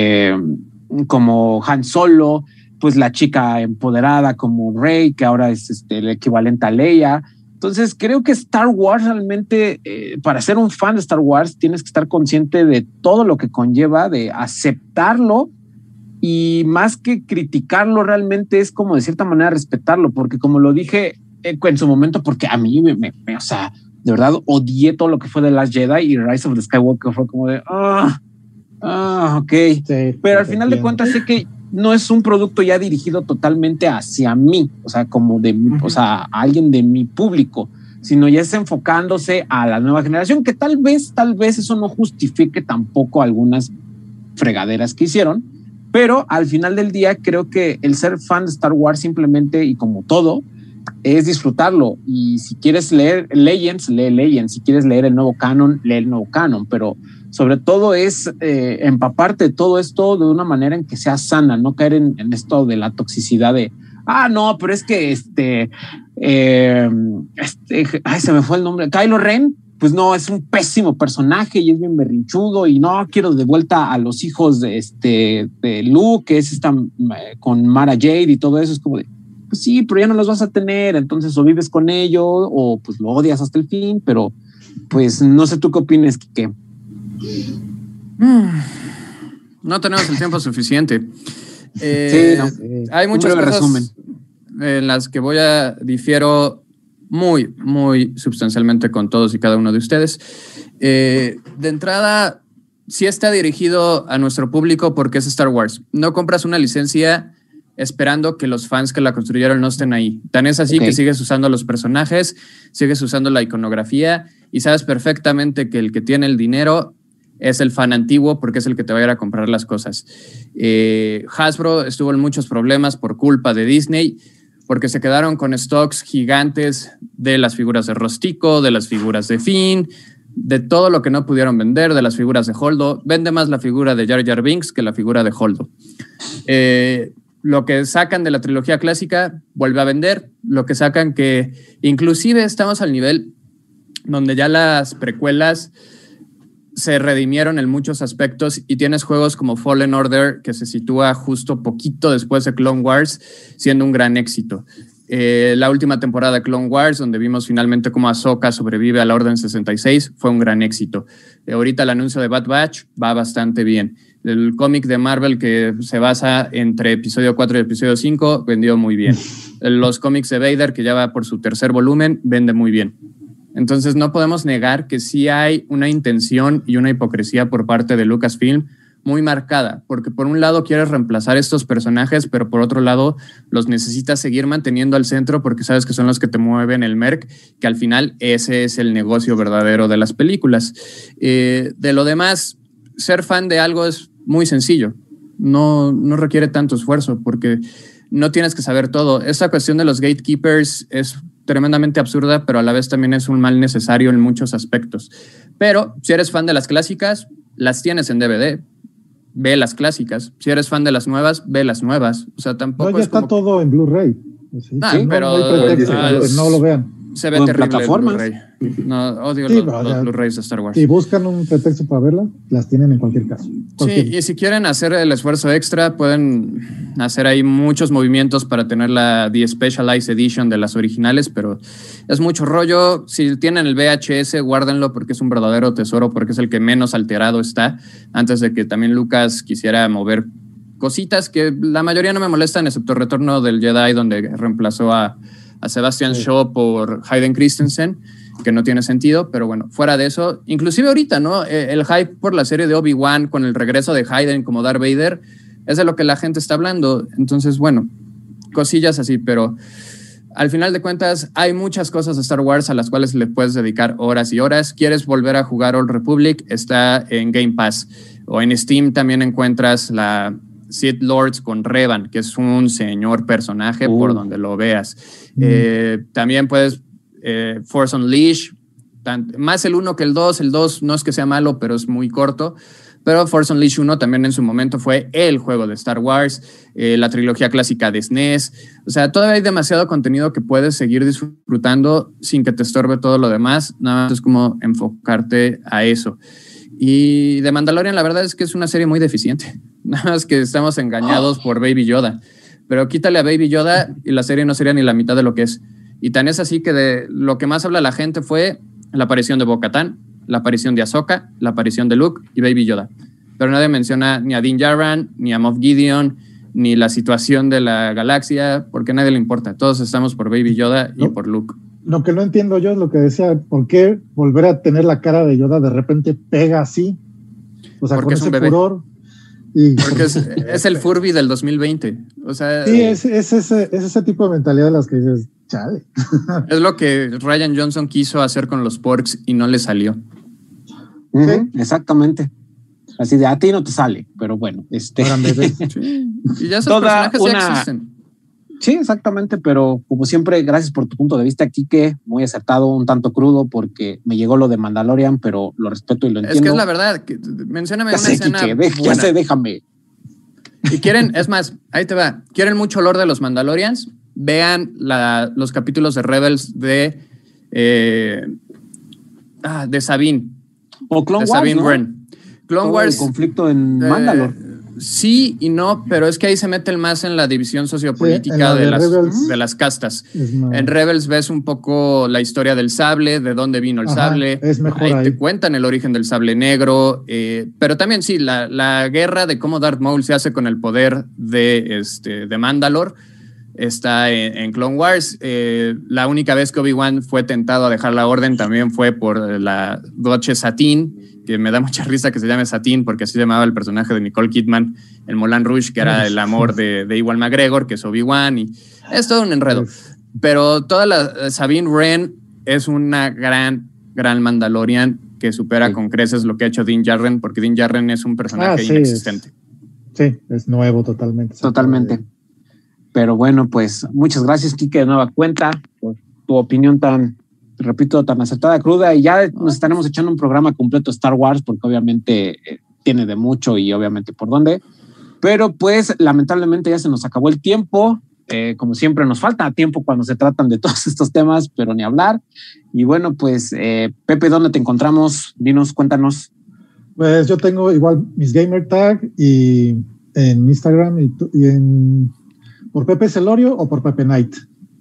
como Han Solo, pues la chica empoderada como Rey, que ahora es el equivalente a Leia. Entonces creo que Star Wars realmente, para ser un fan de Star Wars, tienes que estar consciente de todo lo que conlleva, de aceptarlo, y más que criticarlo, realmente es como de cierta manera respetarlo, porque como lo dije en su momento, porque a mí o sea, de verdad odié todo lo que fue The Last Jedi, y Rise of the Skywalker fue como de ok. Sí, pero al final de cuentas sé que no es un producto ya dirigido totalmente hacia mí, o sea, como o sea, a alguien de mi público, sino ya es enfocándose a la nueva generación, que tal vez eso no justifique tampoco algunas fregaderas que hicieron, pero al final del día creo que el ser fan de Star Wars simplemente, y como todo, es disfrutarlo. Y si quieres leer Legends, lee Legends. Si quieres leer el nuevo canon, lee el nuevo canon. Pero sobre todo es empaparte de todo esto de una manera en que sea sana, no caer en esto de la toxicidad de no, pero es que se me fue el nombre, Kylo Ren, pues no, es un pésimo personaje y es bien berrinchudo, y no quiero de vuelta a los hijos de Luke, que es con Mara Jade y todo eso. Es como de, pues sí, pero ya no los vas a tener, entonces o vives con ello o pues lo odias hasta el fin. Pero pues no sé tú qué opinas, Quique. No tenemos el tiempo suficiente. Sí, no. Hay muchas cosas en las que difiero muy, muy sustancialmente con todos y cada uno de ustedes. De entrada, sí está dirigido a nuestro público porque es Star Wars. No compras una licencia esperando que los fans que la construyeron no estén ahí. Tan es así que sigues usando los personajes, sigues usando la iconografía, y sabes perfectamente que el que tiene el dinero es el fan antiguo, porque es el que te va a ir a comprar las cosas. Hasbro estuvo en muchos problemas por culpa de Disney, porque se quedaron con stocks gigantes de las figuras de Rostico, de las figuras de Finn, de todo lo que no pudieron vender, de las figuras de Holdo. Vende más la figura de Jar Jar Binks que la figura de Holdo. Lo que sacan de la trilogía clásica vuelve a vender. Lo que sacan, que inclusive estamos al nivel donde ya las precuelas se redimieron en muchos aspectos, y tienes juegos como Fallen Order, que se sitúa justo poquito después de Clone Wars, siendo un gran éxito. La última temporada de Clone Wars, donde vimos finalmente cómo Ahsoka sobrevive a la Orden 66, fue un gran éxito. Ahorita el anuncio de Bad Batch va bastante bien. El cómic de Marvel que se basa entre episodio 4 y episodio 5 vendió muy bien. Los cómics de Vader, que ya va por su tercer volumen, vende muy bien. Entonces no podemos negar que sí hay una intención y una hipocresía por parte de Lucasfilm muy marcada, porque por un lado quieres reemplazar estos personajes, pero por otro lado los necesitas seguir manteniendo al centro porque sabes que son los que te mueven el merc, que al final ese es el negocio verdadero de las películas. De lo demás, ser fan de algo es muy sencillo, no requiere tanto esfuerzo porque no tienes que saber todo. Esta cuestión de los gatekeepers es tremendamente absurda, pero a la vez también es un mal necesario en muchos aspectos. Pero si eres fan de las clásicas, las tienes en DVD. Ve las clásicas. Si eres fan de las nuevas, ve las nuevas. O sea, tampoco no, ya está todo en Blu-ray. ¿Sí? Pero no hay pretexto, no lo vean. Se ve terrible el Blu-ray. No, odio los Blu-rays de Star Wars. Si buscan un pretexto para verla, las tienen en cualquier caso. Sí, y si quieren hacer el esfuerzo extra, pueden hacer ahí muchos movimientos para tener la The Specialized Edition de las originales, pero es mucho rollo. Si tienen el VHS, guárdenlo porque es un verdadero tesoro, porque es el que menos alterado está, antes de que también Lucas quisiera mover cositas que la mayoría no me molestan, excepto Retorno del Jedi, donde reemplazó a Sebastian Shaw por Hayden Christensen, que no tiene sentido, pero bueno, fuera de eso, inclusive ahorita, ¿no? El hype por la serie de Obi-Wan con el regreso de Hayden como Darth Vader es de lo que la gente está hablando. Entonces, bueno, cosillas así, pero al final de cuentas hay muchas cosas de Star Wars a las cuales le puedes dedicar horas y horas. ¿Quieres volver a jugar Old Republic? Está en Game Pass, o en Steam también encuentras la Sith Lords con Revan, que es un señor personaje por donde lo veas. También puedes Force Unleashed, más el 1 que el 2. El 2 no es que sea malo, pero es muy corto. Pero Force Unleashed 1 también en su momento fue el juego de Star Wars, la trilogía clásica de SNES. O sea, todavía hay demasiado contenido que puedes seguir disfrutando sin que te estorbe todo lo demás. Nada más es como enfocarte a eso. Y de Mandalorian, la verdad es que es una serie muy deficiente. Nada más que estamos engañados por Baby Yoda. Pero quítale a Baby Yoda y la serie no sería ni la mitad de lo que es. Y tan es así que de lo que más habla la gente fue la aparición de Bo-Katan, la aparición de Ahsoka, la aparición de Luke y Baby Yoda. Pero nadie menciona ni a Din Djarin, ni a Moff Gideon, ni la situación de la galaxia, porque a nadie le importa. Todos estamos por Baby Yoda y por Luke. Lo que no entiendo yo es lo que decía, ¿por qué volver a tener la cara de Yoda de repente pega así? O sea, porque con ese furor. Y porque es el Furby del 2020. O sea, sí, es ese tipo de mentalidad de las que dices, chale. Es lo que Rian Johnson quiso hacer con los Porks y no le salió. ¿Sí? Exactamente. Así de a ti no te sale, pero bueno. Sí. Y ya esos personajes ya existen. Sí, exactamente, pero como siempre, gracias por tu punto de vista, Quique, muy acertado, un tanto crudo, porque me llegó lo de Mandalorian, pero lo respeto y lo entiendo. Es que es la verdad, mencióname una escena Quique, ya sé, déjame. Y quieren, es más, ahí te va, quieren mucho olor de los Mandalorians, vean los capítulos de Rebels de Sabine. O Clone Wars, Sabine ¿no? Wren. Clone Wars. El conflicto en Mandalore. Sí y no, pero es que ahí se mete más en la división sociopolítica de las castas. En Rebels ves un poco la historia del sable, de dónde vino el sable. Es mejor ahí te cuentan el origen del sable negro, pero también sí, la guerra de cómo Darth Maul se hace con el poder de Mandalore está en Clone Wars. La única vez que Obi-Wan fue tentado a dejar la orden también fue por la Duchess Satine, que me da mucha risa que se llame Satine, porque así se llamaba el personaje de Nicole Kidman, el Moulin Rouge, que era el amor de Ewan McGregor, que es Obi-Wan, y es todo un enredo. Pero toda la Sabine Wren es una gran Mandalorian que supera con creces lo que ha hecho Din Djarin, porque Din Djarin es un personaje inexistente. Es nuevo totalmente. Totalmente. Pero bueno, pues muchas gracias, Quique, de nueva cuenta, por tu opinión tan acertada, cruda, y ya nos estaremos echando un programa completo de Star Wars, porque obviamente tiene de mucho y obviamente por dónde. Pero pues lamentablemente ya se nos acabó el tiempo. Como siempre nos falta tiempo cuando se tratan de todos estos temas, pero ni hablar. Y bueno, pues Pepe, ¿dónde te encontramos? Dinos, cuéntanos. Pues yo tengo igual mis gamer tag y en Instagram y por Pepe Celorio o por Pepe Knight.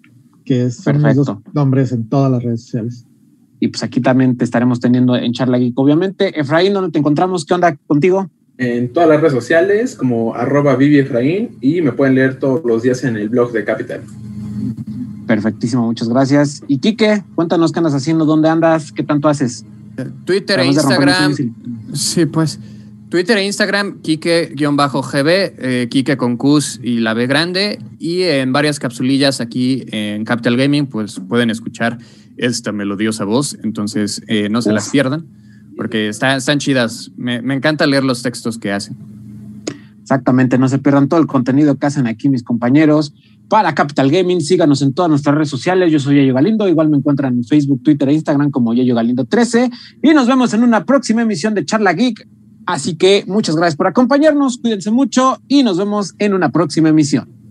que son mis dos nombres en todas las redes sociales. Y pues aquí también te estaremos teniendo en Charla Geek, obviamente. Efraín, ¿dónde te encontramos? ¿Qué onda contigo? En todas las redes sociales, como @viviefraín, y me pueden leer todos los días en el blog de Capital. Perfectísimo, muchas gracias. Y Quique, cuéntanos qué andas haciendo, dónde andas, qué tanto haces. Twitter e Instagram. Sí, pues. Twitter e Instagram, Quique_GB, Quique con Qs y la B grande, y en varias capsulillas aquí en Capital Gaming, pues pueden escuchar esta melodiosa voz, entonces no se las pierdan, porque están chidas. Me encanta leer los textos que hacen. Exactamente, no se pierdan todo el contenido que hacen aquí mis compañeros para Capital Gaming. Síganos en todas nuestras redes sociales. Yo soy Yayo Galindo, igual me encuentran en Facebook, Twitter e Instagram como Yayo Galindo 13, y nos vemos en una próxima emisión de Charla Geek. Así que muchas gracias por acompañarnos, cuídense mucho y nos vemos en una próxima emisión.